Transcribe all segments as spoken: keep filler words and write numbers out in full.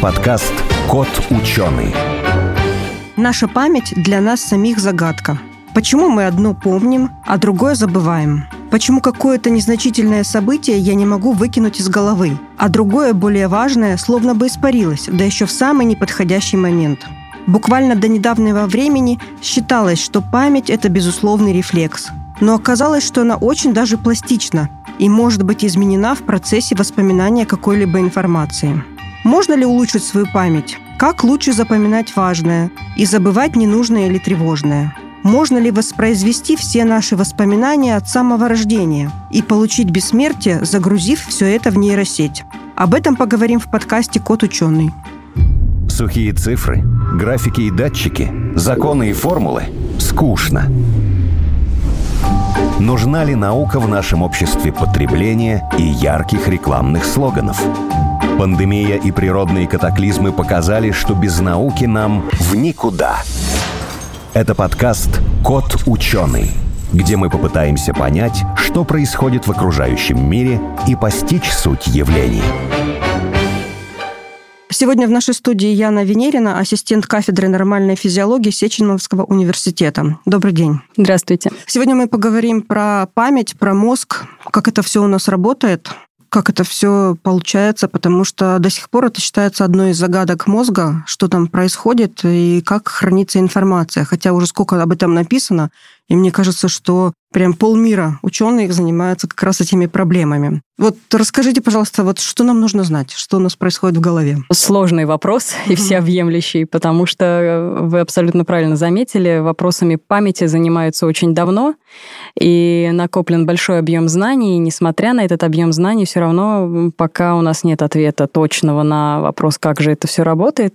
подкаст «Кот ученый». Наша память для нас самих загадка. Почему мы одно помним, а другое забываем? Почему какое-то незначительное событие я не могу выкинуть из головы, а другое, более важное, словно бы испарилось, да еще в самый неподходящий момент? Буквально до недавнего времени считалось, что память – это безусловный рефлекс. Но оказалось, что она очень даже пластична и может быть изменена в процессе воспоминания какой-либо информации. Можно ли улучшить свою память? Как лучше запоминать важное и забывать ненужное или тревожное? Можно ли воспроизвести все наши воспоминания от самого рождения и получить бессмертие, загрузив все это в нейросеть? Об этом поговорим в подкасте «Кот ученый». Сухие цифры, графики и датчики, законы и формулы – скучно. Нужна ли наука в нашем обществе потребления и ярких рекламных слоганов? Пандемия и природные катаклизмы показали, что без науки нам в никуда. Это подкаст «Кот ученый», где мы попытаемся понять, что происходит в окружающем мире и постичь суть явлений. Сегодня в нашей студии Яна Венерина, ассистент кафедры нормальной физиологии Сеченовского университета. Добрый день. Здравствуйте. Сегодня мы поговорим про память, про мозг, как это все у нас работает, как это все получается, потому что до сих пор это считается одной из загадок мозга, что там происходит и как хранится информация. Хотя уже сколько об этом написано, и мне кажется, что прям полмира ученых занимаются как раз этими проблемами. Вот расскажите, пожалуйста, вот что нам нужно знать, что у нас происходит в голове? Сложный вопрос и всеобъемлющий, потому что вы абсолютно правильно заметили, вопросами памяти занимаются очень давно, и накоплен большой объем знаний, и несмотря на этот объем знаний, все равно пока у нас нет ответа точного на вопрос, как же это все работает.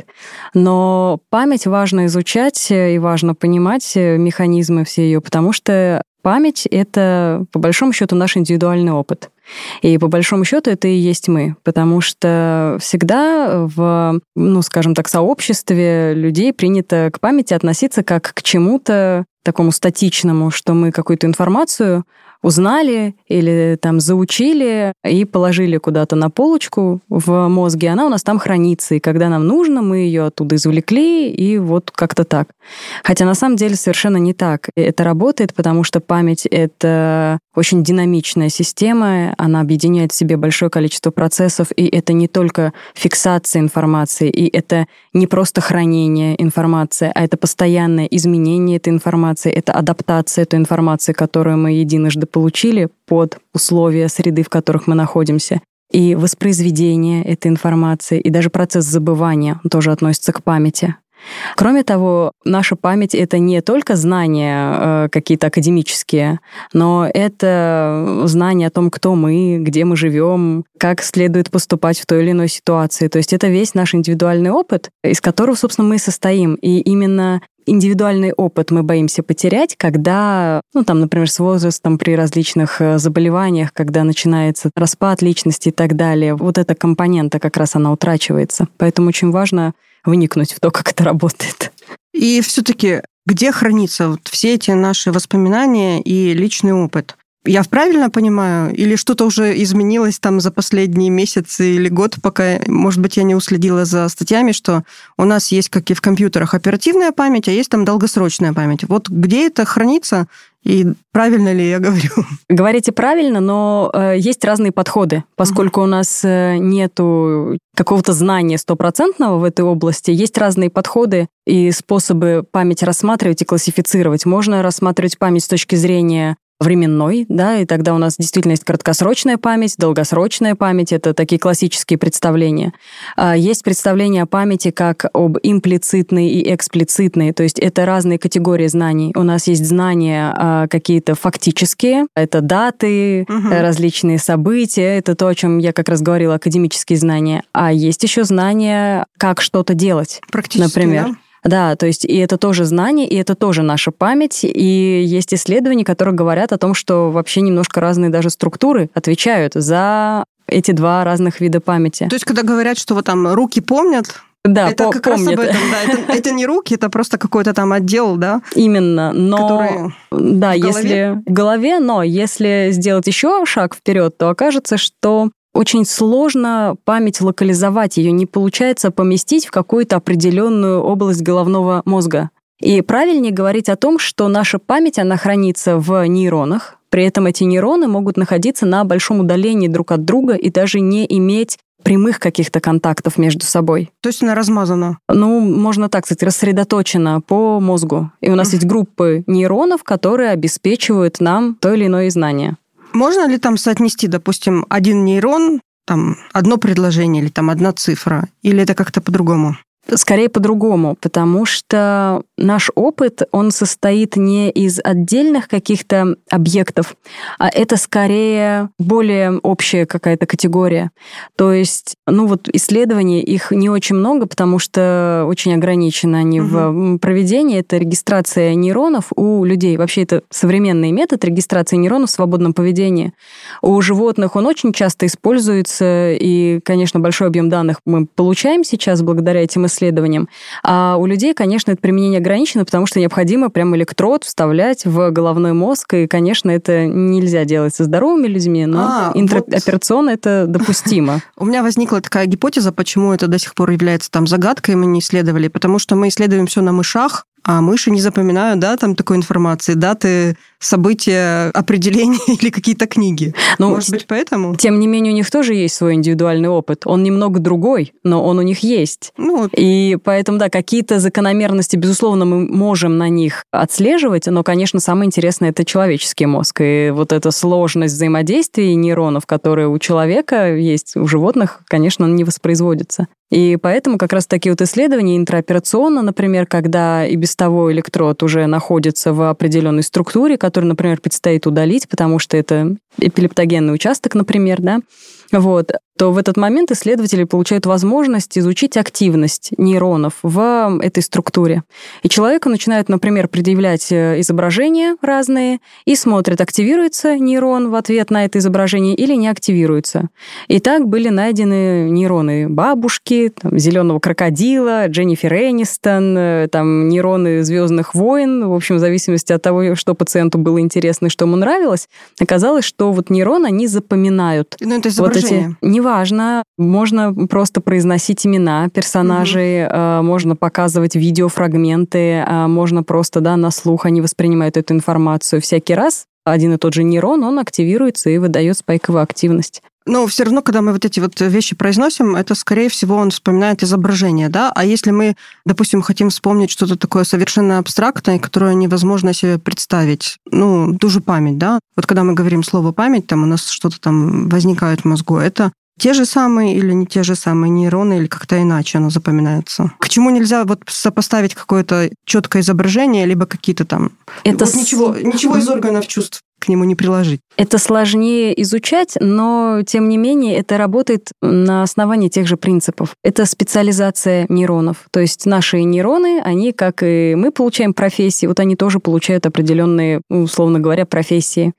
Но память важно изучать и важно понимать механизмы все ее, потому что память — это, по большому счету, наш индивидуальный опыт. И, по большому счету, это и есть мы. Потому что всегда в, ну, скажем так, сообществе людей принято к памяти относиться как к чему-то такому статичному, что мы какую-то информацию узнали или там заучили и положили куда-то на полочку в мозге, она у нас там хранится, и когда нам нужно, мы ее оттуда извлекли, и вот как-то так. Хотя на самом деле совершенно не так. Это работает, потому что память — это очень динамичная система, она объединяет в себе большое количество процессов, и это не только фиксация информации, и это не просто хранение информации, а это постоянное изменение этой информации, это адаптация этой информации, которую мы единожды получили под условия среды, в которых мы находимся, и воспроизведение этой информации, и даже процесс забывания тоже относится к памяти. Кроме того, наша память — это не только знания э, какие-то академические, но это знания о том, кто мы, где мы живем, как следует поступать в той или иной ситуации. То есть это весь наш индивидуальный опыт, из которого, собственно, мы и состоим. И именно индивидуальный опыт мы боимся потерять, когда, ну, там, например, с возрастом при различных заболеваниях, когда начинается распад личности и так далее. Вот эта компонента как раз она утрачивается. Поэтому очень важно вникнуть в то, как это работает. И все-таки где хранятся вот все эти наши воспоминания и личный опыт? Я правильно понимаю? Или что-то уже изменилось там за последние месяцы или год, пока, может быть, я не уследила за статьями, что у нас есть, как и в компьютерах, оперативная память, а есть там долгосрочная память. Вот где это хранится? И правильно ли я говорю? Говорите правильно, но э, есть разные подходы. Поскольку uh-huh. у нас э, нету какого-то знания стопроцентного в этой области, есть разные подходы и способы память рассматривать и классифицировать. Можно рассматривать память с точки зрения временной, да, и тогда у нас действительно есть краткосрочная память, долгосрочная память, это такие классические представления. Есть представления о памяти как об имплицитной и эксплицитной, то есть это разные категории знаний. У нас есть знания какие-то фактические, это даты, угу. различные события, это то, о чем я как раз говорила, академические знания. А есть еще знания, как что-то делать, например. Да? Да, то есть и это тоже знание, и это тоже наша память, и есть исследования, которые говорят о том, что вообще немножко разные даже структуры отвечают за эти два разных вида памяти. То есть когда говорят, что вот там руки помнят, да, это по- как помнят. раз об этом, да, это, это не руки, это просто какой-то там отдел, да? Именно, но да, в если в голове, но если сделать еще шаг вперед, то окажется, что очень сложно память локализовать, ее не получается поместить в какую-то определенную область головного мозга. И правильнее говорить о том, что наша память, она хранится в нейронах, при этом эти нейроны могут находиться на большом удалении друг от друга и даже не иметь прямых каких-то контактов между собой. То есть она размазана? Ну, можно так сказать, рассредоточена по мозгу. И у нас uh-huh. есть группы нейронов, которые обеспечивают нам то или иное знание. Можно ли там соотнести, допустим, один нейрон, там одно предложение или там одна цифра? Или это как-то по-другому? Скорее по-другому, потому что наш опыт, он состоит не из отдельных каких-то объектов, а это скорее более общая какая-то категория. То есть, ну вот исследований их не очень много, потому что очень ограничены они угу. в проведении. Это регистрация нейронов у людей. Вообще это современный метод регистрации нейронов в свободном поведении. У животных он очень часто используется, и, конечно, большой объем данных мы получаем сейчас благодаря этим исследованиям. исследованиям. А у людей, конечно, это применение ограничено, потому что необходимо прям электрод вставлять в головной мозг, и, конечно, это нельзя делать со здоровыми людьми, но а, интраоперационно вот. Это допустимо. У меня возникла такая гипотеза, почему это до сих пор является там загадкой, мы не исследовали, потому что мы исследуем все на мышах, а мыши не запоминают, да, там такой информации, даты, события, определения или какие-то книги. Ну, может быть, поэтому? Тем не менее, у них тоже есть свой индивидуальный опыт. Он немного другой, но он у них есть. Ну, и поэтому, да, какие-то закономерности, безусловно, мы можем на них отслеживать, но, конечно, самое интересное — это человеческий мозг. И вот эта сложность взаимодействия нейронов, которые у человека есть, у животных, конечно, не воспроизводится. И поэтому как раз такие вот исследования интраоперационно, например, когда и без того электрод уже находится в определенной структуре, которую, например, предстоит удалить, потому что это эпилептогенный участок, например, да, вот, то в этот момент исследователи получают возможность изучить активность нейронов в этой структуре. И человеку начинают, например, предъявлять изображения разные и смотрят, активируется нейрон в ответ на это изображение или не активируется. И так были найдены нейроны бабушки, там, зеленого крокодила, Дженнифер Энистон, там, нейроны «Звездных войн». В общем, в зависимости от того, что пациенту было интересно и что ему нравилось, оказалось, что вот нейроны, они запоминают. Ну, это изображение. Вот эти... Неважно. Можно просто произносить имена персонажей, угу. можно показывать видеофрагменты, можно просто, да, на слух они воспринимают эту информацию. Всякий раз один и тот же нейрон, он активируется и выдает спайковую активность. Но все равно, когда мы вот эти вот вещи произносим, это, скорее всего, он вспоминает изображение, да? А если мы, допустим, хотим вспомнить что-то такое совершенно абстрактное, которое невозможно себе представить, ну, ту же память, да? Вот когда мы говорим слово «память», там у нас что-то там возникает в мозгу, это те же самые или не те же самые нейроны, или как-то иначе оно запоминается? К чему нельзя вот сопоставить какое-то четкое изображение, либо какие-то там... Это вот с... ничего, ничего из органов чувств к нему не приложить. Это сложнее изучать, но, тем не менее, это работает на основании тех же принципов. Это специализация нейронов. То есть наши нейроны, они, как и мы получаем профессии, вот они тоже получают определенные, условно говоря, профессии.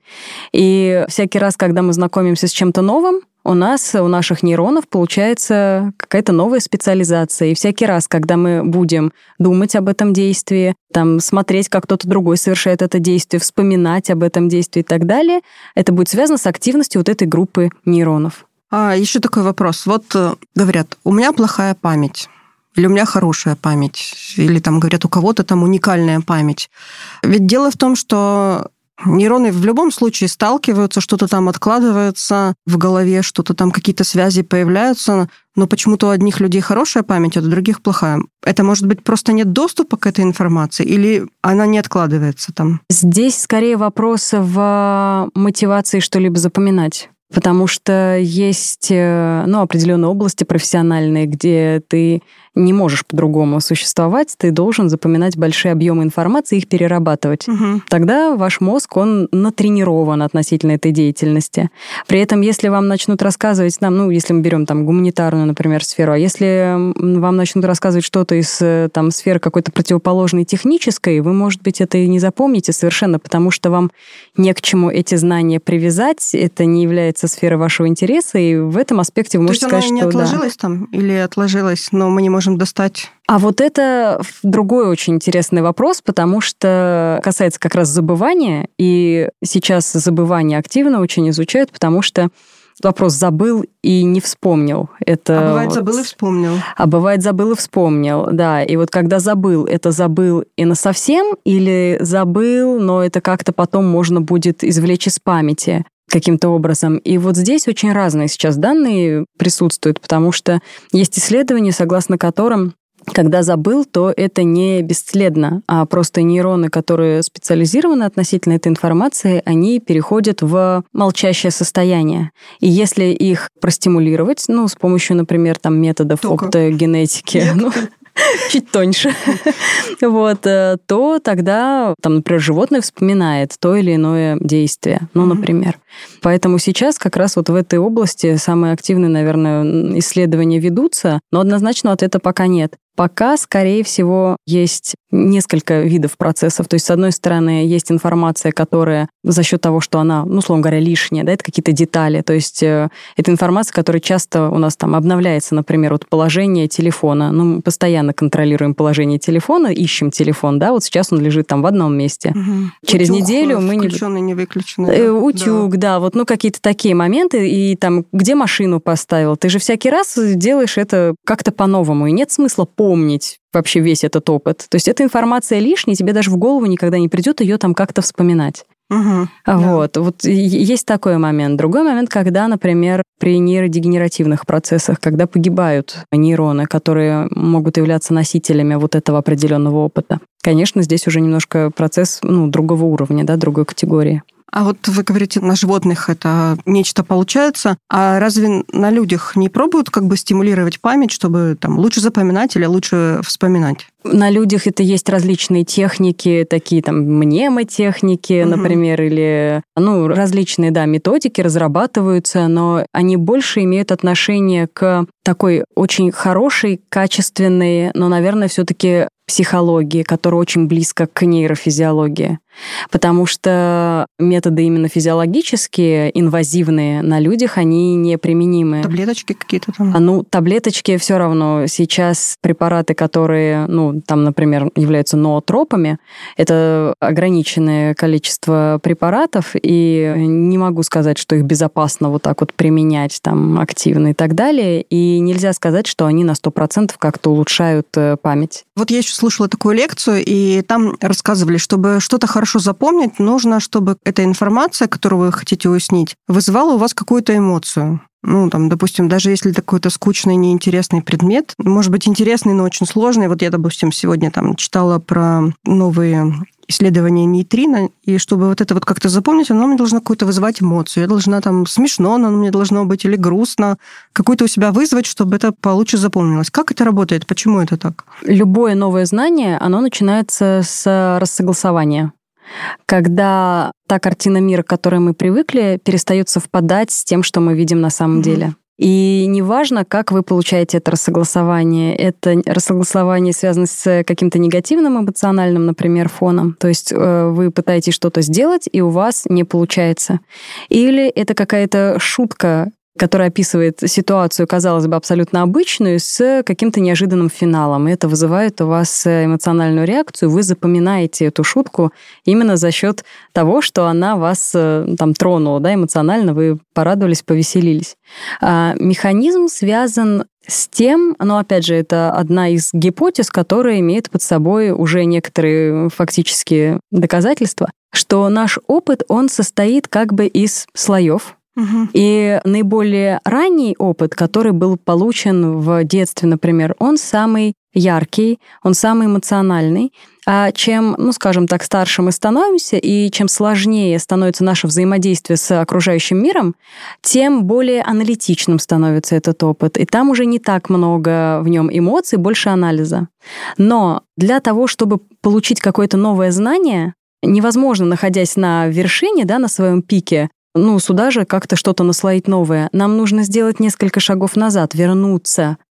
И всякий раз, когда мы знакомимся с чем-то новым, у нас, у наших нейронов получается какая-то новая специализация. И всякий раз, когда мы будем думать об этом действии, там, смотреть, как кто-то другой совершает это действие, вспоминать об этом действии и так далее, это будет связано с активностью вот этой группы нейронов. А еще такой вопрос. Вот говорят, у меня плохая память. Или у меня хорошая память. Или там говорят, у кого-то там уникальная память. Ведь дело в том, что нейроны в любом случае сталкиваются, что-то там откладывается в голове, что-то там, какие-то связи появляются, но почему-то у одних людей хорошая память, а у других плохая. Это, может быть, просто нет доступа к этой информации, или она не откладывается там? Здесь скорее вопрос в мотивации что-либо запоминать. Потому что есть, ну, определенные области профессиональные, где ты не можешь по-другому существовать, ты должен запоминать большие объемы информации и их перерабатывать. Угу. Тогда ваш мозг, он натренирован относительно этой деятельности. При этом, если вам начнут рассказывать, нам, ну, если мы берем там гуманитарную, например, сферу, а если вам начнут рассказывать что-то из там сферы какой-то противоположной технической, вы, может быть, это и не запомните совершенно, потому что вам не к чему эти знания привязать, это не является сферой вашего интереса, и в этом аспекте вы можете сказать, что... То есть оно не отложилось да. там или отложилось, но мы не можем достать? А вот это другой очень интересный вопрос, потому что касается как раз забывания, и сейчас забывание активно очень изучают, потому что вопрос забыл и не вспомнил. Это а бывает вот... забыл и вспомнил. А бывает забыл и вспомнил, да. И вот когда забыл, это забыл и насовсем, или забыл, но это как-то потом можно будет извлечь из памяти каким-то образом. И вот здесь очень разные сейчас данные присутствуют, потому что есть исследования, согласно которым когда забыл, то это не бесследно, а просто нейроны, которые специализированы относительно этой информации, они переходят в молчащее состояние. И если их простимулировать, ну, с помощью, например, там, методов Только. оптогенетики, ну, чуть тоньше, вот, то тогда, там, например, животное вспоминает то или иное действие, ну, например. Поэтому сейчас как раз вот в этой области самые активные, наверное, исследования ведутся, но однозначного ответа пока нет. Пока, скорее всего, есть несколько видов процессов. То есть, с одной стороны, есть информация, которая за счет того, что она, ну, условно говоря, лишняя, да, это какие-то детали. То есть, э, это информация, которая часто у нас там обновляется, например, вот положение телефона. Ну, мы постоянно контролируем положение телефона, ищем телефон, да, вот сейчас он лежит там в одном месте. Угу. Через Утюг неделю мы не... включенный, не выключенный. Э, утюг, да. да, вот, ну, какие-то такие моменты. И там, где машину поставил? Ты же всякий раз делаешь это как-то по-новому, и нет смысла помнить вообще весь этот опыт. То есть эта информация лишняя, тебе даже в голову никогда не придет ее там как-то вспоминать. Угу, вот. да. вот есть такой момент. Другой момент, когда, например, при нейродегенеративных процессах, когда погибают нейроны, которые могут являться носителями вот этого определенного опыта. Конечно, здесь уже немножко процесс, ну, другого уровня, да, другой категории. А вот вы говорите, на животных это нечто получается, а разве на людях не пробуют как бы стимулировать память, чтобы там лучше запоминать или лучше вспоминать? На людях это есть различные техники, такие там мнемотехники, угу. например, или ну, различные, да, методики разрабатываются, но они больше имеют отношение к такой очень хорошей, качественной, но, наверное, все-таки психологии, которая очень близка к нейрофизиологии. Потому что методы именно физиологические, инвазивные на людях, они неприменимы. Таблеточки какие-то там? А, ну, таблеточки все равно. Сейчас препараты, которые, ну, там, например, являются ноотропами, это ограниченное количество препаратов, и не могу сказать, что их безопасно вот так вот применять там активно и так далее. И нельзя сказать, что они на сто процентов как-то улучшают память. Вот я еще слушала такую лекцию, и там рассказывали, чтобы что-то хорошо запомнить, нужно, чтобы эта информация, которую вы хотите уяснить, вызывала у вас какую-то эмоцию. Ну, там, допустим, даже если это какой-то скучный, неинтересный предмет, может быть, интересный, но очень сложный. Вот я, допустим, сегодня там читала про новые исследования нейтрино, и чтобы вот это вот как-то запомнить, оно мне должно какую-то вызывать эмоцию. Я должна там смешно, оно мне должно быть, или грустно, какую-то у себя вызвать, чтобы это получше запомнилось. Как это работает? Почему это так? Любое новое знание, оно начинается с рассогласования. Когда та картина мира, к которой мы привыкли, перестает совпадать с тем, что мы видим на самом mm-hmm. деле. И неважно, как вы получаете это рассогласование. Это рассогласование связано с каким-то негативным эмоциональным, например, фоном. То есть вы пытаетесь что-то сделать, и у вас не получается. Или это какая-то шутка, которая описывает ситуацию, казалось бы, абсолютно обычную, с каким-то неожиданным финалом. И это вызывает у вас эмоциональную реакцию. Вы запоминаете эту шутку именно за счет того, что она вас там тронула, да, эмоционально, вы порадовались, повеселились. А механизм связан с тем, но, опять же, это одна из гипотез, которая имеет под собой уже некоторые фактические доказательства, что наш опыт, он состоит как бы из слоев. И наиболее ранний опыт, который был получен в детстве, например, он самый яркий, он самый эмоциональный. А чем, ну, скажем так, старше мы становимся, и чем сложнее становится наше взаимодействие с окружающим миром, тем более аналитичным становится этот опыт. И там уже не так много в нем эмоций, больше анализа. Но для того, чтобы получить какое-то новое знание, невозможно, находясь на вершине, да, на своем пике, ну, сюда же как-то что-то наслоить новое. Нам нужно сделать несколько шагов назад, вернуться. Вот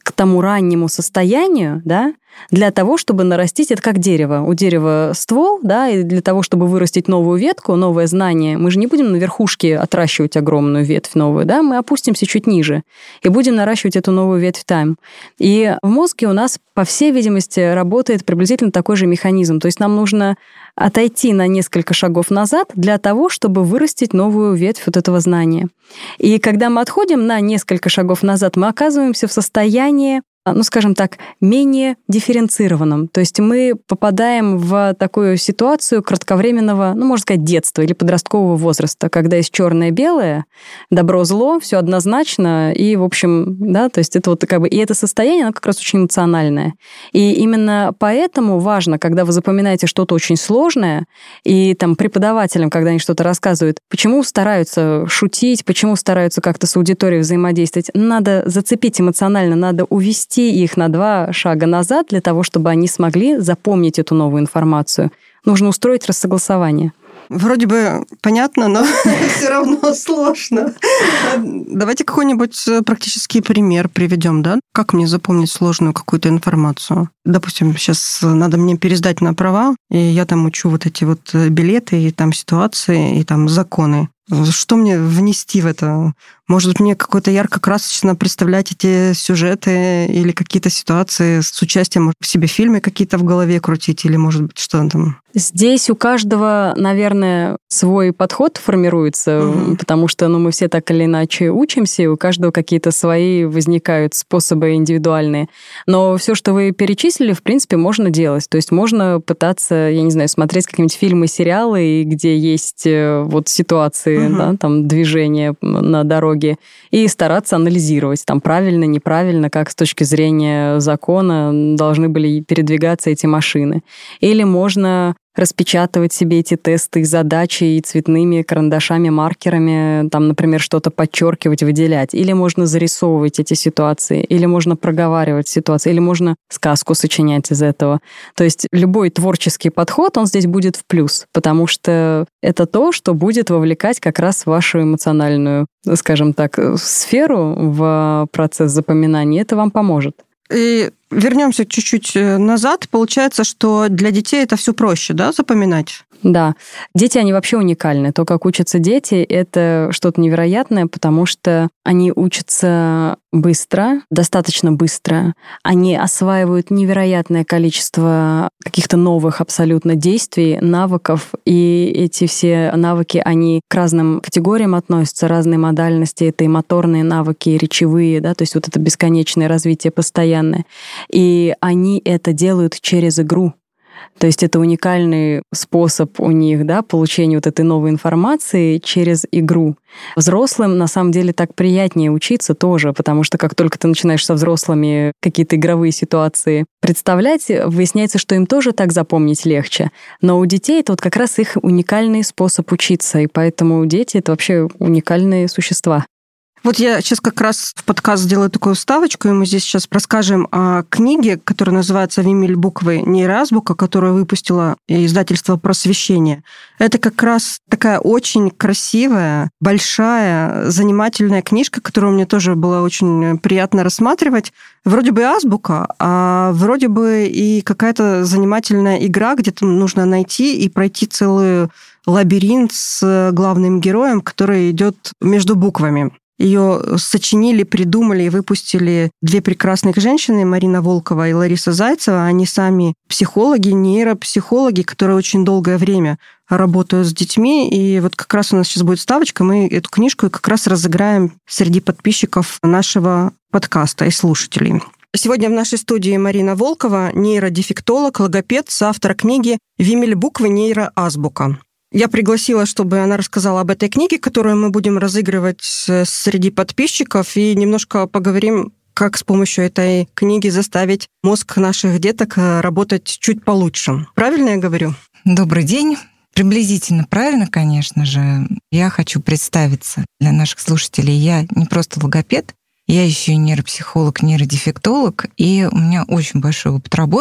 к тому раннему состоянию, да, для того, чтобы нарастить, это как дерево. У дерева ствол, да, и для того, чтобы вырастить новую ветку, новое знание, мы же не будем на верхушке отращивать огромную ветвь новую, да, мы опустимся чуть ниже и будем наращивать эту новую ветвь там. И в мозге у нас, по всей видимости, работает приблизительно такой же механизм. То есть нам нужно отойти на несколько шагов назад для того, чтобы вырастить новую ветвь вот этого знания. И когда мы отходим на несколько шагов назад, мы оказываемся в состоянии, ну, скажем так, менее дифференцированном. То есть мы попадаем в такую ситуацию кратковременного, ну, можно сказать, детства или подросткового возраста, когда есть черное и белое, добро-зло, все однозначно, и, в общем, да, то есть это вот как бы, и это состояние, оно как раз очень эмоциональное. И именно поэтому важно, когда вы запоминаете что-то очень сложное, и там преподавателям, когда они что-то рассказывают, почему стараются шутить, почему стараются как-то с аудиторией взаимодействовать, надо зацепить эмоционально, надо увести их на два шага назад для того, чтобы они смогли запомнить эту новую информацию. Нужно устроить рассогласование. Вроде бы понятно, но все равно сложно. Давайте какой-нибудь практический пример приведем, да? Как мне запомнить сложную какую-то информацию? Допустим, сейчас надо мне пересдать на права, и я там учу вот эти вот билеты, и там ситуации, и там законы. Что мне внести в это? Может, мне какое-то ярко-красочно представлять эти сюжеты или какие-то ситуации с участием, может, в себе фильмы какие-то в голове крутить, или, может быть, что там? Здесь у каждого, наверное, свой подход формируется, угу. потому что ну, мы все так или иначе учимся, и у каждого какие-то свои возникают способы индивидуальные. Но все, что вы перечислили, в принципе, можно делать. То есть можно пытаться, я не знаю, смотреть какие-нибудь фильмы, сериалы, где есть вот ситуации, угу. да, там, движения на дороге, и стараться анализировать, там, правильно, неправильно, как с точки зрения закона должны были передвигаться эти машины. Или можно распечатывать себе эти тесты и задачи и цветными карандашами, маркерами, там, например, что-то подчеркивать, выделять. Или можно зарисовывать эти ситуации, или можно проговаривать ситуации, или можно сказку сочинять из этого. То есть любой творческий подход, он здесь будет в плюс, потому что это то, что будет вовлекать как раз вашу эмоциональную, скажем так, сферу в процесс запоминания. Это вам поможет. И вернемся чуть-чуть назад. Получается, что для детей это все проще, да, запоминать? Да. Дети, они вообще уникальны. То, как учатся дети, это что-то невероятное, потому что они учатся быстро, достаточно быстро. Они осваивают невероятное количество каких-то новых абсолютно действий, навыков. И эти все навыки, они к разным категориям относятся, разные модальности. Это и моторные навыки, и речевые, да, то есть вот это бесконечное развитие постоянное. И они это делают через игру. То есть это уникальный способ у них, да, получения вот этой новой информации через игру. Взрослым, на самом деле, так приятнее учиться тоже, потому что как только ты начинаешь со взрослыми какие-то игровые ситуации представлять, выясняется, что им тоже так запомнить легче. Но у детей это вот как раз их уникальный способ учиться, и поэтому дети — это вообще уникальные существа. Вот я сейчас как раз в подкаст сделаю такую вставочку, и мы здесь сейчас расскажем о книге, которая называется «Вимель буквы. Нейроазбука», которую выпустило издательство «Просвещение». Это как раз такая очень красивая, большая, занимательная книжка, которую мне тоже было очень приятно рассматривать. Вроде бы азбука, а вроде бы и какая-то занимательная игра, где там нужно найти и пройти целый лабиринт с главным героем, который идет между буквами. Ее сочинили, придумали и выпустили две прекрасных женщины, Марина Волкова и Лариса Зайцева. Они сами психологи, нейропсихологи, которые очень долгое время работают с детьми. И вот как раз у нас сейчас будет вставочка, мы эту книжку как раз разыграем среди подписчиков нашего подкаста и слушателей. Сегодня в нашей студии Марина Волкова, нейродефектолог, логопед, соавтор книги «Вимель буквы. Нейроазбука». Я пригласила, чтобы она рассказала об этой книге, которую мы будем разыгрывать среди подписчиков, и немножко поговорим, как с помощью этой книги заставить мозг наших деток работать чуть получше. Правильно я говорю? Добрый день. Приблизительно правильно, конечно же. Я хочу представиться для наших слушателей. Я не просто логопед, я еще и нейропсихолог, нейродефектолог, и у меня очень большой опыт работы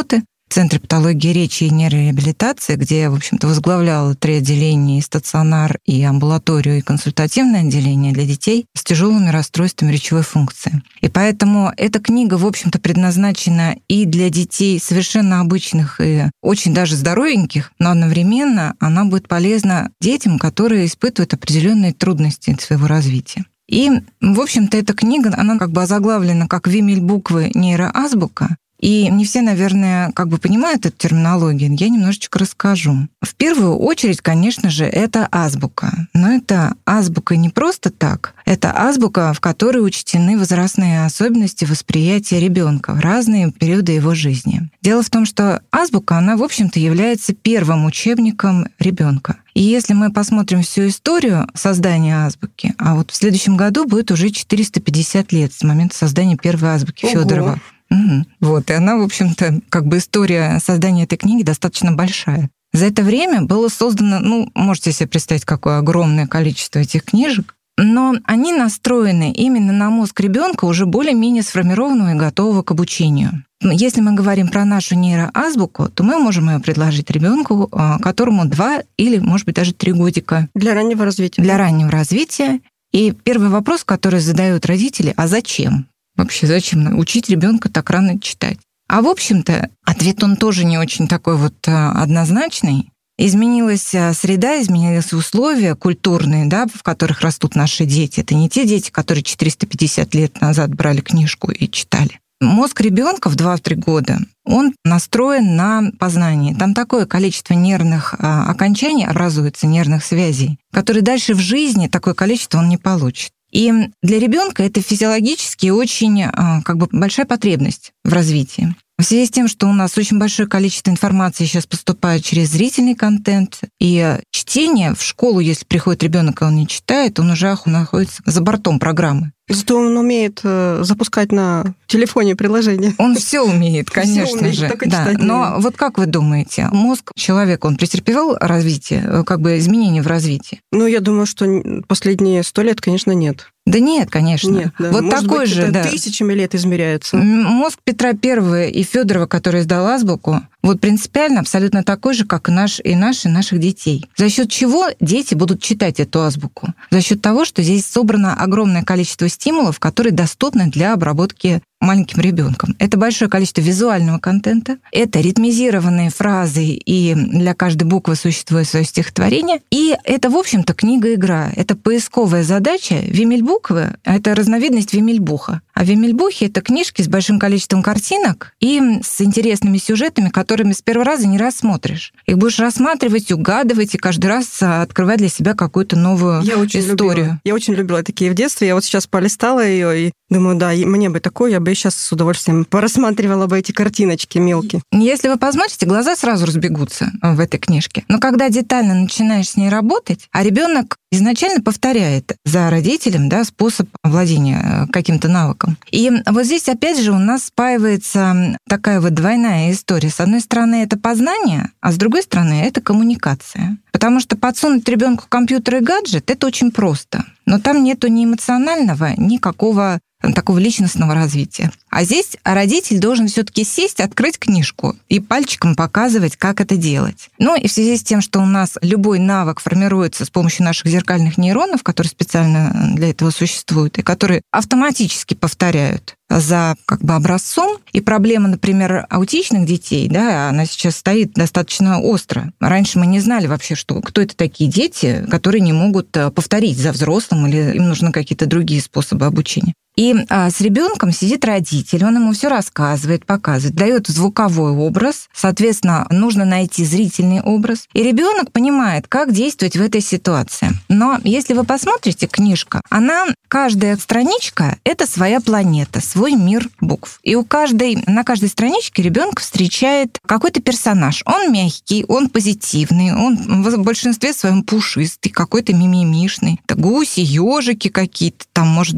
в Центре патологии речи и нейрореабилитации, где я, в общем-то, возглавляла три отделения: и стационар, и амбулаторию, и консультативное отделение для детей с тяжелыми расстройствами речевой функции. И поэтому эта книга, в общем-то, предназначена и для детей совершенно обычных и очень даже здоровеньких, но одновременно она будет полезна детям, которые испытывают определенные трудности своего развития. И, в общем-то, эта книга, она как бы озаглавлена как «Вимель-буквы. Нейроазбука». И не все, наверное, как бы понимают эту терминологию, я немножечко расскажу. В первую очередь, конечно же, это азбука. Но это азбука не просто так. Это азбука, в которой учтены возрастные особенности восприятия ребенка в разные периоды его жизни. Дело в том, что азбука, она, в общем-то, является первым учебником ребенка. И если мы посмотрим всю историю создания азбуки, а вот в следующем году будет уже четыреста пятьдесят лет с момента создания первой азбуки Фёдорова. Угу. Вот, и она, в общем-то, как бы история создания этой книги достаточно большая. За это время было создано, ну, можете себе представить, какое огромное количество этих книжек, но они настроены именно на мозг ребенка, уже более-менее сформированного и готового к обучению. Если мы говорим про нашу нейроазбуку, то мы можем ее предложить ребенку, которому два или, может быть, даже три годика. Для раннего развития. Для раннего развития. И первый вопрос, который задают родители: а зачем? Вообще, зачем учить ребенка так рано читать? А в общем-то, ответ он тоже не очень такой вот однозначный. Изменилась среда, изменились условия культурные, да, в которых растут наши дети. Это не те дети, которые четыреста пятьдесят лет назад брали книжку и читали. Мозг ребенка в два-три года, он настроен на познание. Там такое количество нервных окончаний образуется, нервных связей, которые дальше в жизни такое количество он не получит. И для ребенка это физиологически очень как бы большая потребность в развитии. В связи с тем, что у нас очень большое количество информации сейчас поступает через зрительный контент, и чтение в школу, если приходит ребенок и он не читает, он уже находится за бортом программы. Зато он умеет запускать на телефоне приложение. Он все умеет, конечно все умеет, же. Только да. читать Но умеет. Вот как вы думаете, мозг человека, он претерпевал развитие, как бы изменения в развитии? Ну, я думаю, что последние сто лет, конечно, нет. Да нет, конечно. Нет, да. Вот Может такой быть, же, это да. тысячами лет измеряется. Мозг Петра Первого и Фёдорова, который издал азбуку, вот принципиально абсолютно такой же, как и наш, и наш, и наших детей. За счет чего дети будут читать эту азбуку? За счет того, что здесь собрано огромное количество стимулов, которые доступны для обработки маленьким ребенком. Это большое количество визуального контента, это ритмизированные фразы, и для каждой буквы существует свое стихотворение, и это, в общем-то, книга-игра. Это поисковая задача. Вимельбуквы — это разновидность Вимельбуха. А Вимельбухи — это книжки с большим количеством картинок и с интересными сюжетами, которыми с первого раза не рассмотришь. Их будешь рассматривать, угадывать и каждый раз открывать для себя какую-то новую я очень историю. Любила. Я очень любила такие в детстве. Я вот сейчас полистала ее и думаю, да, мне бы такое, я бы сейчас с удовольствием порассматривала бы эти картиночки мелкие. Если вы посмотрите, глаза сразу разбегутся в этой книжке. Но когда детально начинаешь с ней работать, а ребенок изначально повторяет за родителем, да, способ владения каким-то навыком. И вот здесь опять же у нас спаивается такая вот двойная история. С одной стороны, это познание, а с другой стороны, это коммуникация. Потому что подсунуть ребенку компьютер и гаджет — это очень просто. Но там нету ни эмоционального, ни какого такого личностного развития. А здесь родитель должен все-таки сесть, открыть книжку и пальчиком показывать, как это делать. Ну и в связи с тем, что у нас любой навык формируется с помощью наших зеркальных нейронов, которые специально для этого существуют, и которые автоматически повторяют за как бы образцом. И проблема, например, аутичных детей, да, она сейчас стоит достаточно остро. Раньше мы не знали вообще, что, кто это такие дети, которые не могут повторить за взрослым, или им нужны какие-то другие способы обучения. И а, с ребенком сидит родитель, он ему все рассказывает, показывает, дает звуковой образ, соответственно, нужно найти зрительный образ. И ребенок понимает, как действовать в этой ситуации. Но если вы посмотрите, книжка, она, каждая страничка — это своя планета, свой мир букв. И у каждой, на каждой страничке ребенок встречает какой-то персонаж. Он мягкий, он позитивный, он в большинстве своем пушистый, какой-то мимимишный. Это гуси, ежики какие-то, там, может быть,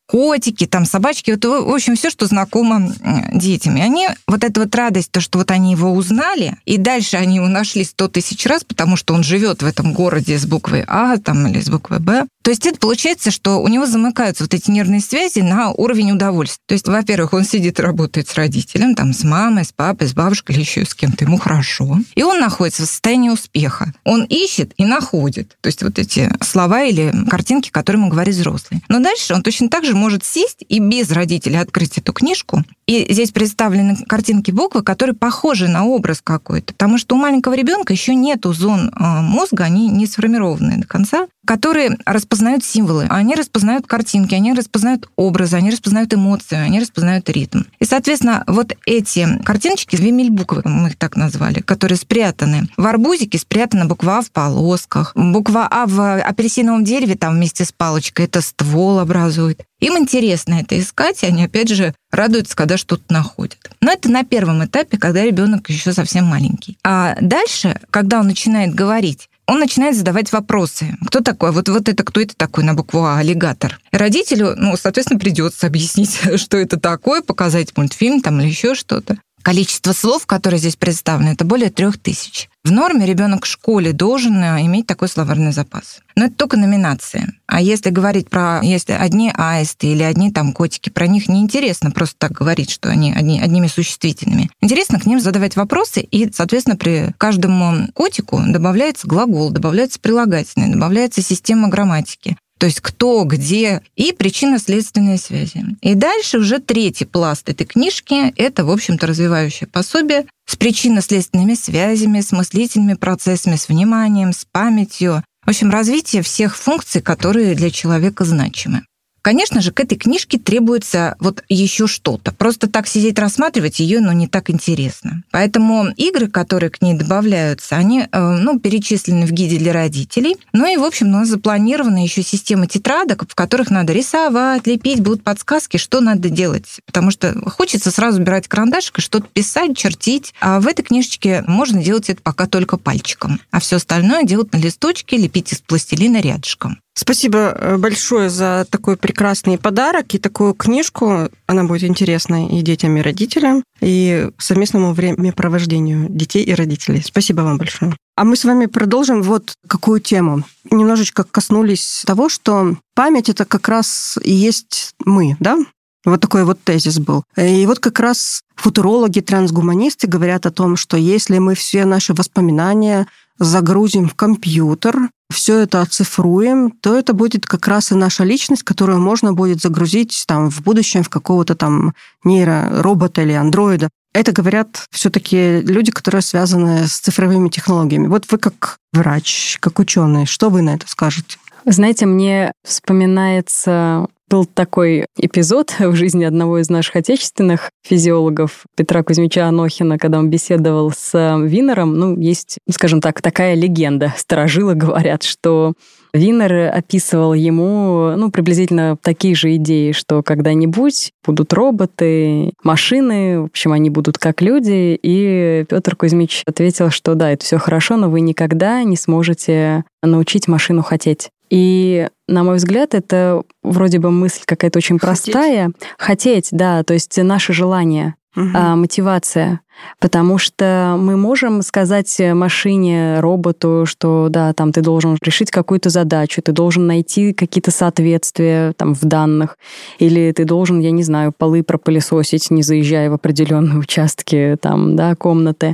котики, там собачки, вот, в общем, все, что знакомо детям. И они, вот эта вот радость, то, что вот они его узнали, и дальше они его нашли сто тысяч раз, потому что он живет в этом городе с буквой А там, или с буквой Б. То есть это получается, что у него замыкаются вот эти нервные связи на уровень удовольствия. То есть, во-первых, он сидит и работает с родителем, там, с мамой, с папой, с бабушкой или еще с кем-то, ему хорошо. И он находится в состоянии успеха. Он ищет и находит. То есть вот эти слова или картинки, которые ему говорит взрослый. Но дальше он точно так же может сесть и без родителей открыть эту книжку. И здесь представлены картинки, буквы, которые похожи на образ какой-то. Потому что у маленького ребенка еще нету зон мозга, они не сформированы до конца, которые распознают символы, они распознают картинки, они распознают образы, они распознают эмоции, они распознают ритм. И, соответственно, вот эти картиночки, вимель-буквы, мы их так назвали, которые спрятаны. В арбузике спрятана буква А в полосках, буква А в апельсиновом дереве там вместе с палочкой, это ствол образует. Им интересно это искать, и они, опять же, радуются, когда что-то находят. Но это на первом этапе, когда ребенок еще совсем маленький. А дальше, когда он начинает говорить, он начинает задавать вопросы. Кто такой? Вот, вот это кто это такой на букву А? Аллигатор. И родителю, ну, соответственно, придется объяснить, что это такое, показать мультфильм там или еще что-то. Количество слов, которые здесь представлены, это более трех тысяч. В норме ребенок в школе должен иметь такой словарный запас. Но это только номинации. А если говорить про, если одни аисты или одни там котики, про них неинтересно просто так говорить, что они одни, одними существительными. Интересно к ним задавать вопросы, и, соответственно, при каждому котику добавляется глагол, добавляется прилагательное, добавляется система грамматики. То есть кто, где, и причинно-следственные связи. И дальше уже третий пласт этой книжки — это, в общем-то, развивающее пособие с причинно-следственными связями, с мыслительными процессами, с вниманием, с памятью. В общем, развитие всех функций, которые для человека значимы. Конечно же, к этой книжке требуется вот еще что-то. Просто так сидеть рассматривать ее, ну, не так интересно. Поэтому игры, которые к ней добавляются, они, ну, перечислены в гиде для родителей. Ну и, в общем, у нас запланирована еще система тетрадок, в которых надо рисовать, лепить, будут подсказки, что надо делать. Потому что хочется сразу брать карандашик и что-то писать, чертить. А в этой книжечке можно делать это пока только пальчиком. А все остальное делать на листочке, лепить из пластилина рядышком. Спасибо большое за такой прекрасный подарок и такую книжку. Она будет интересна и детям, и родителям, и совместному времяпровождению детей и родителей. Спасибо вам большое. А мы с вами продолжим вот какую тему. Немножечко коснулись того, что память — это как раз и есть мы, да? Вот такой вот тезис был. И вот как раз футурологи, трансгуманисты говорят о том, что если мы все наши воспоминания загрузим в компьютер, все это оцифруем, то это будет как раз и наша личность, которую можно будет загрузить там, в будущем в какого-то там нейроробота или андроида. Это говорят все-таки люди, которые связаны с цифровыми технологиями. Вот вы как врач, как ученый, что вы на это скажете? Знаете, мне вспоминается... Был такой эпизод в жизни одного из наших отечественных физиологов, Петра Кузьмича Анохина, когда он беседовал с Винером. Ну, есть, скажем так, такая легенда. Старожилы говорят, что Винер описывал ему, ну, приблизительно такие же идеи, что когда-нибудь будут роботы, машины, в общем, они будут как люди. И Петр Кузьмич ответил, что да, это все хорошо, но вы никогда не сможете научить машину хотеть. И, на мой взгляд, это вроде бы мысль какая-то очень простая. Хотеть, Хотеть да, то есть наше желание, угу. а, мотивация. Потому что мы можем сказать машине, роботу, что да, там ты должен решить какую-то задачу, ты должен найти какие-то соответствия там, в данных, или ты должен, я не знаю, полы пропылесосить, не заезжая в определенные участки там, да, комнаты.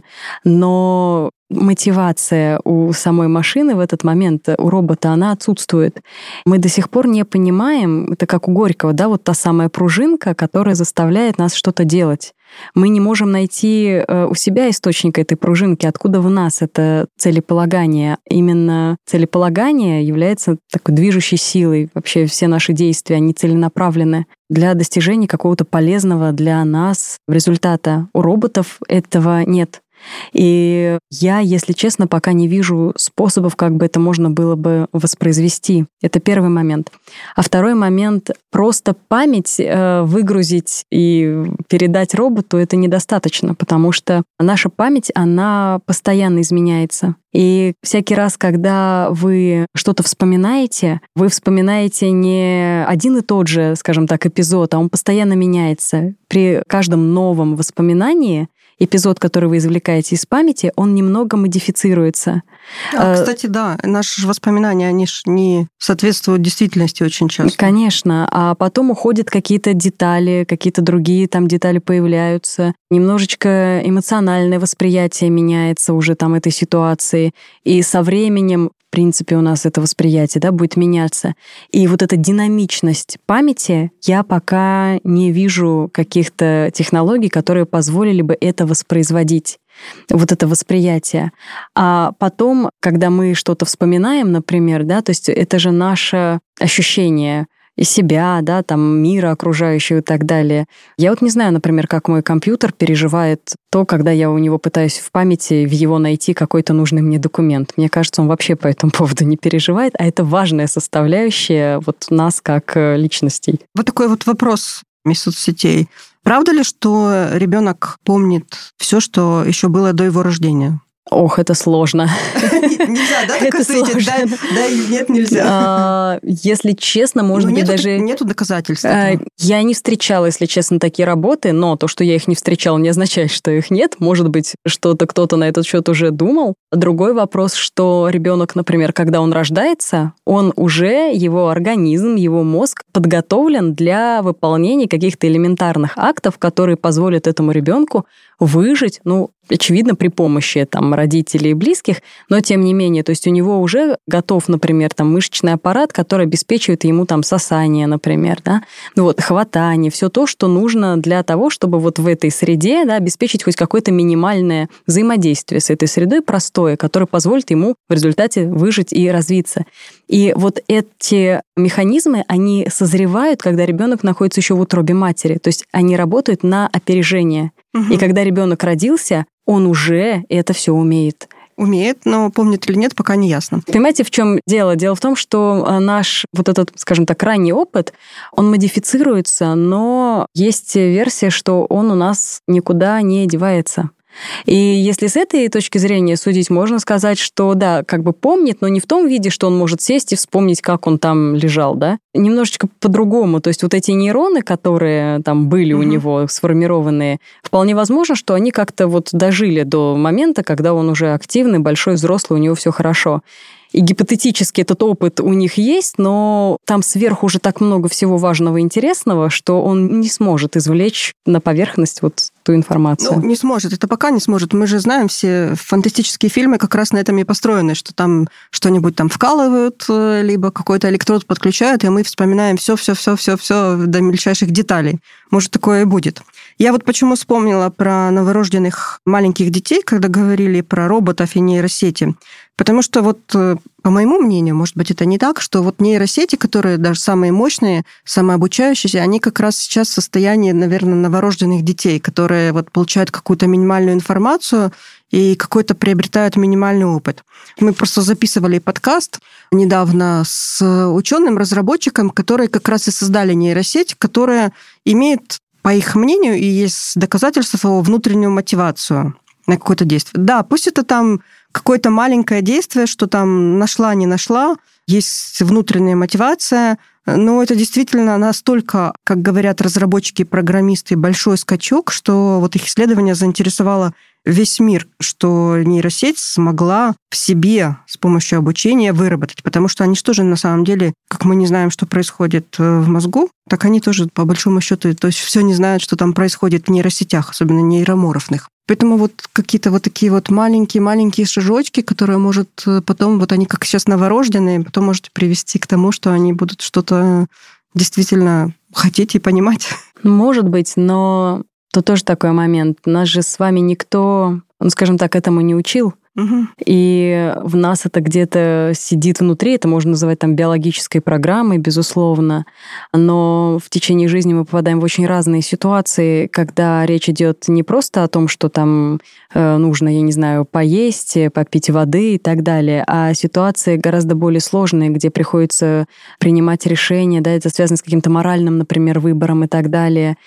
Но мотивация у самой машины в этот момент, у робота, она отсутствует. Мы до сих пор не понимаем, это как у Горького, да, вот та самая пружинка, которая заставляет нас что-то делать. Мы не можем найти у себя источник этой пружинки, откуда в нас это целеполагание. Именно целеполагание является такой движущей силой. Вообще все наши действия, они целенаправлены для достижения какого-то полезного для нас результата. У роботов этого нет. И я, если честно, пока не вижу способов, как бы это можно было бы воспроизвести. Это первый момент. А второй момент — просто память выгрузить и передать роботу — это недостаточно, потому что наша память, она постоянно изменяется. И всякий раз, когда вы что-то вспоминаете, вы вспоминаете не один и тот же, скажем так, эпизод, а он постоянно меняется. При каждом новом воспоминании эпизод, который вы извлекаете из памяти, он немного модифицируется. А, кстати, да, наши воспоминания, они же не соответствуют действительности очень часто. Конечно. А потом уходят какие-то детали, какие-то другие там детали появляются. Немножечко эмоциональное восприятие меняется уже там этой ситуации. И со временем, в принципе, у нас это восприятие, да, будет меняться. И вот эта динамичность памяти, я пока не вижу каких-то технологий, которые позволили бы это воспроизводить. Вот это восприятие. А потом, когда мы что-то вспоминаем, например, да, то есть это же наше ощущение себя, да, там, мира окружающего и так далее. Я вот не знаю, например, как мой компьютер переживает то, когда я у него пытаюсь в памяти в его найти какой-то нужный мне документ. Мне кажется, он вообще по этому поводу не переживает, а это важная составляющая вот нас как личностей. Вот такой вот вопрос из соцсетей. Правда ли, что ребенок помнит все, что еще было до его рождения? Ох, это сложно. Нельзя, да, так ответить? Да, да или нет, нельзя. Если честно, может быть, даже... Нету доказательств. Я не встречала, если честно, такие работы, но то, что я их не встречала, не означает, что их нет. Может быть, что-то кто-то на этот счет уже думал. Другой вопрос, что ребенок, например, когда он рождается, он уже, его организм, его мозг подготовлен для выполнения каких-то элементарных актов, которые позволят этому ребенку выжить, ну, очевидно, при помощи там, родителей и близких, но тем не менее, то есть у него уже готов, например, там, мышечный аппарат, который обеспечивает ему там, сосание, например, да? Вот, хватание, все то, что нужно для того, чтобы вот в этой среде, да, обеспечить хоть какое-то минимальное взаимодействие с этой средой, простое, которое позволит ему в результате выжить и развиться. И вот эти механизмы, они созревают, когда ребенок находится еще в утробе матери, то есть они работают на опережение. Угу. И когда ребенок родился, он уже это все умеет. Умеет, но помнит или нет, пока не ясно. Понимаете, в чем дело? Дело в том, что наш вот этот, скажем так, ранний опыт, он модифицируется, но есть версия, что он у нас никуда не девается. И если с этой точки зрения судить, можно сказать, что да, как бы помнит, но не в том виде, что он может сесть и вспомнить, как он там лежал, да? Немножечко по-другому. То есть вот эти нейроны, которые там были угу. у него сформированные, вполне возможно, что они как-то вот дожили до момента, когда он уже активный, большой, взрослый, у него все хорошо. И гипотетически этот опыт у них есть, но там сверху уже так много всего важного и интересного, что он не сможет извлечь на поверхность вот ту информацию. Ну, не сможет. Это пока не сможет. Мы же знаем, все фантастические фильмы как раз на этом и построены, что там что-нибудь там вкалывают, либо какой-то электрод подключают, и мы вспоминаем все-все-все-все-все до мельчайших деталей. Может, такое и будет. Я вот почему вспомнила про новорожденных маленьких детей, когда говорили про роботов и нейросети. Потому что вот, по моему мнению, может быть, это не так, что вот нейросети, которые даже самые мощные, самообучающиеся, они как раз сейчас в состоянии, наверное, новорожденных детей, которые вот получают какую-то минимальную информацию и какой-то приобретают минимальный опыт. Мы просто записывали подкаст недавно с ученым-разработчиком, которые как раз и создали нейросеть, которая имеет, по их мнению, и есть доказательства его внутреннюю мотивацию на какое-то действие. Да, пусть это там какое-то маленькое действие, что там нашла, не нашла, есть внутренняя мотивация, но это действительно настолько, как говорят разработчики и программисты, большой скачок, что вот их исследование заинтересовало весь мир, что нейросеть смогла в себе с помощью обучения выработать, потому что они же тоже на самом деле, как мы не знаем, что происходит в мозгу, так они тоже по большому счету, то есть все не знают, что там происходит в нейросетях, особенно нейроморфных. Поэтому вот какие-то вот такие вот маленькие-маленькие шажочки, которые, может, потом, вот они как сейчас новорожденные, потом может привести к тому, что они будут что-то действительно хотеть и понимать. Может быть, но тут тоже такой момент. Нас же с вами никто, ну, скажем так, этому не учил. Угу. И в нас это где-то сидит внутри, это можно называть там биологической программой, безусловно. Но в течение жизни мы попадаем в очень разные ситуации, когда речь идет не просто о том, что там э, нужно, я не знаю, поесть, попить воды и так далее, а ситуации гораздо более сложные, где приходится принимать решения, да, это связано с каким-то моральным, например, выбором и так далее.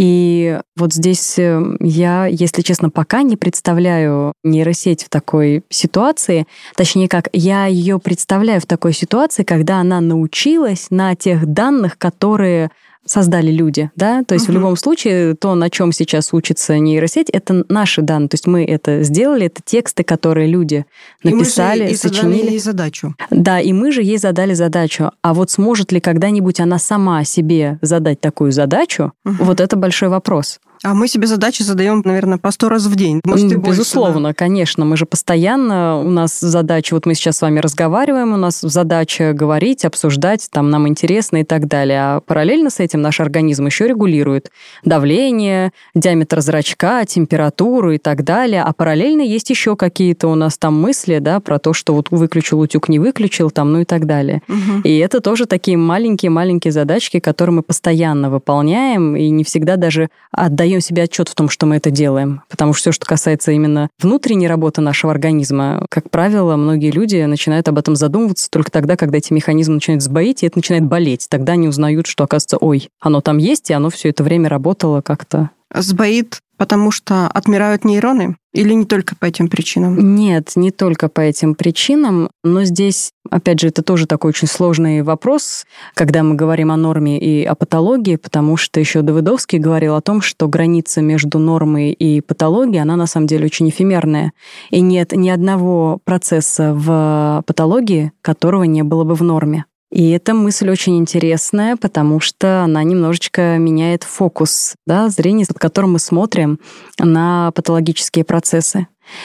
И вот здесь я, если честно, пока не представляю нейросеть в такой ситуации, точнее как, я ее представляю в такой ситуации, когда она научилась на тех данных, которые создали люди, да, то есть угу. в любом случае то, на чем сейчас учится нейросеть, это наши данные, то есть мы это сделали, это тексты, которые люди написали, и мы же сочинили. Задали ей задачу. Да, и мы же ей задали задачу. А вот сможет ли когда-нибудь она сама себе задать такую задачу, угу. вот это большой вопрос. А мы себе задачи задаем, наверное, по сто раз в день. Может, и Безусловно, больше, да? Конечно. Мы же постоянно, у нас задача, вот мы сейчас с вами разговариваем, у нас задача говорить, обсуждать, там нам интересно и так далее. А параллельно с этим наш организм еще регулирует давление, диаметр зрачка, температуру и так далее. А параллельно есть еще какие-то у нас там мысли, да, про то, что вот выключил утюг, не выключил, там, ну и так далее. Угу. И это тоже такие маленькие-маленькие задачки, которые мы постоянно выполняем, и не всегда даже отдаем себе отчет в том, что мы это делаем. Потому что все, что касается именно внутренней работы нашего организма, как правило, многие люди начинают об этом задумываться только тогда, когда эти механизмы начинают сбоить, и это начинает болеть. Тогда они узнают, что, оказывается, ой, оно там есть, и оно все это время работало как-то. Сбоит, потому что отмирают нейроны? Или не только по этим причинам? Нет, не только по этим причинам, но здесь, опять же, это тоже такой очень сложный вопрос, когда мы говорим о норме и о патологии, потому что еще Давыдовский говорил о том, что граница между нормой и патологией, она на самом деле очень эфемерная. И нет ни одного процесса в патологии, которого не было бы в норме. И эта мысль очень интересная, потому что она немножечко меняет фокус, да, зрения, под которым мы смотрим на патологические процессы.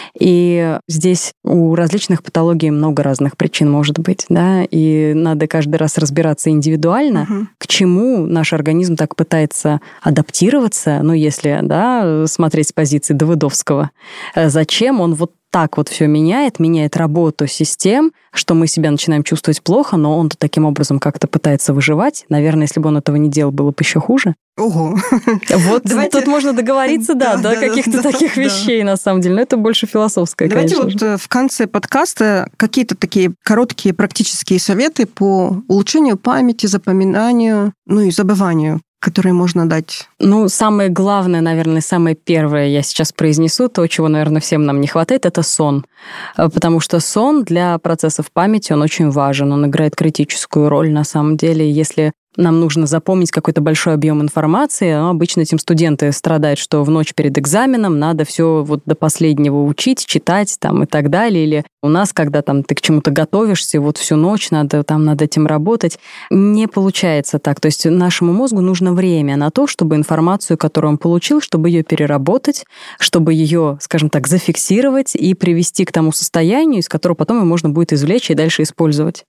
И здесь у различных патологий много разных причин может быть, да, и надо каждый раз разбираться индивидуально, угу. к чему наш организм так пытается адаптироваться, ну, если, да, смотреть с позиции Давыдовского, зачем он вот так вот все меняет, меняет работу систем, что мы себя начинаем чувствовать плохо, но он таким образом как-то пытается выживать. Наверное, если бы он этого не делал, было бы еще хуже. Ого. Вот Давайте... тут можно договориться, да, да, до да, каких-то да, таких да. вещей, на самом деле. Но это больше философское, Давайте конечно. Давайте вот в конце подкаста какие-то такие короткие практические советы по улучшению памяти, запоминанию, ну и забыванию, которые можно дать? Ну, самое главное, наверное, самое первое я сейчас произнесу, то, чего, наверное, всем нам не хватает, это сон. Потому что сон для процессов памяти, он очень важен, он играет критическую роль на самом деле. Если нам нужно запомнить какой-то большой объем информации, но обычно этим студенты страдают, что в ночь перед экзаменом надо все вот до последнего учить, читать там и так далее. Или у нас, когда там ты к чему-то готовишься, вот всю ночь надо там над этим работать. Не получается так. То есть нашему мозгу нужно время на то, чтобы информацию, которую он получил, чтобы ее переработать, чтобы ее, скажем так, зафиксировать и привести к тому состоянию, из которого потом ее можно будет извлечь и дальше использовать.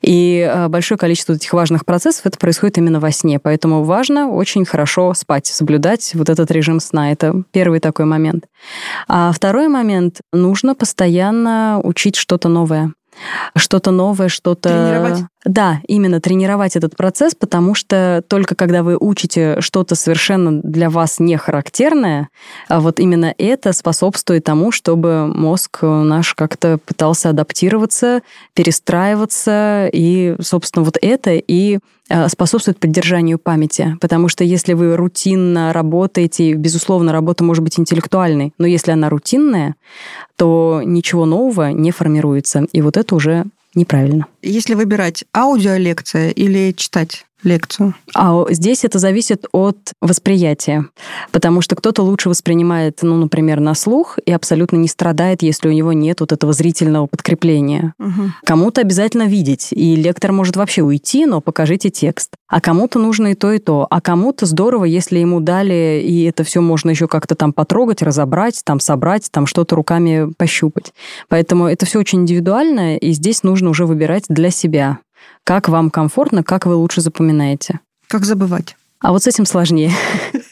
И большое количество этих важных процессов это происходит происходит именно во сне. Поэтому важно очень хорошо спать, соблюдать вот этот режим сна. Это первый такой момент. А второй момент — нужно постоянно учить что-то новое. Что-то новое, что-то... Тренировать? Да, именно тренировать этот процесс, потому что только когда вы учите что-то совершенно для вас не характерное, вот именно это способствует тому, чтобы мозг наш как-то пытался адаптироваться, перестраиваться, и, собственно, вот это и способствует поддержанию памяти. Потому что если вы рутинно работаете, безусловно, работа может быть интеллектуальной, но если она рутинная, то ничего нового не формируется. И вот это уже неправильно. Если выбирать аудиолекция или читать лекцию? А здесь это зависит от восприятия, потому что кто-то лучше воспринимает, ну, например, на слух и абсолютно не страдает, если у него нет вот этого зрительного подкрепления. Угу. Кому-то обязательно видеть, и лектор может вообще уйти, но покажите текст. А кому-то нужно и то, и то. А кому-то здорово, если ему дали, и это все можно еще как-то там потрогать, разобрать, там собрать, там что-то руками пощупать. Поэтому это все очень индивидуально, и здесь нужно уже выбирать для себя. Как вам комфортно, как вы лучше запоминаете. Как забывать? А вот с этим сложнее.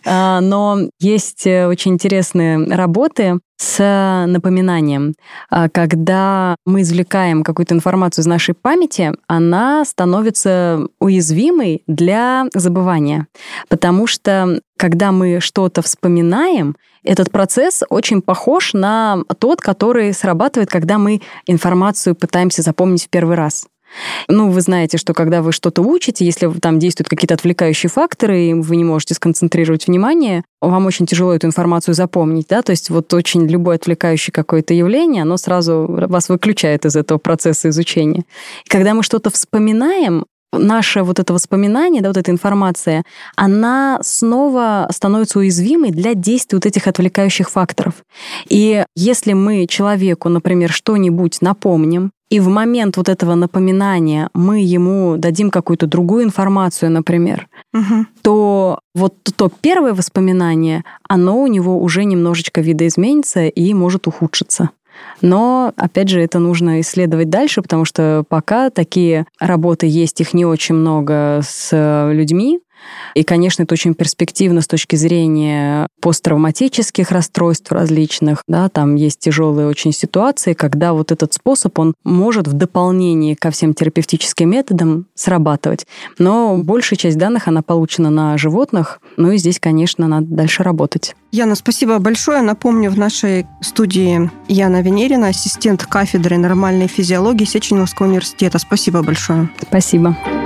Но есть очень интересные работы с напоминанием. Когда мы извлекаем какую-то информацию из нашей памяти, она становится уязвимой для забывания. Потому что, когда мы что-то вспоминаем, этот процесс очень похож на тот, который срабатывает, когда мы информацию пытаемся запомнить в первый раз. Ну, вы знаете, что когда вы что-то учите, если там действуют какие-то отвлекающие факторы, и вы не можете сконцентрировать внимание, вам очень тяжело эту информацию запомнить, да, то есть вот очень любое отвлекающее какое-то явление, оно сразу вас выключает из этого процесса изучения. И когда мы что-то вспоминаем, наше вот это воспоминание, да, вот эта информация, она снова становится уязвимой для действия вот этих отвлекающих факторов. И если мы человеку, например, что-нибудь напомним, и в момент вот этого напоминания мы ему дадим какую-то другую информацию, например, угу. то вот то первое воспоминание, оно у него уже немножечко видоизменится и может ухудшиться. Но, опять же, это нужно исследовать дальше, потому что пока такие работы есть, их не очень много с людьми. И, конечно, это очень перспективно с точки зрения посттравматических расстройств различных. Да, там есть тяжелые очень ситуации, когда вот этот способ, он может в дополнение ко всем терапевтическим методам срабатывать. Но большая часть данных, она получена на животных. Ну и здесь, конечно, надо дальше работать. Яна, спасибо большое. Напомню, в нашей студии Яна Венерина, ассистент кафедры нормальной физиологии Сеченовского университета. Спасибо большое. Спасибо.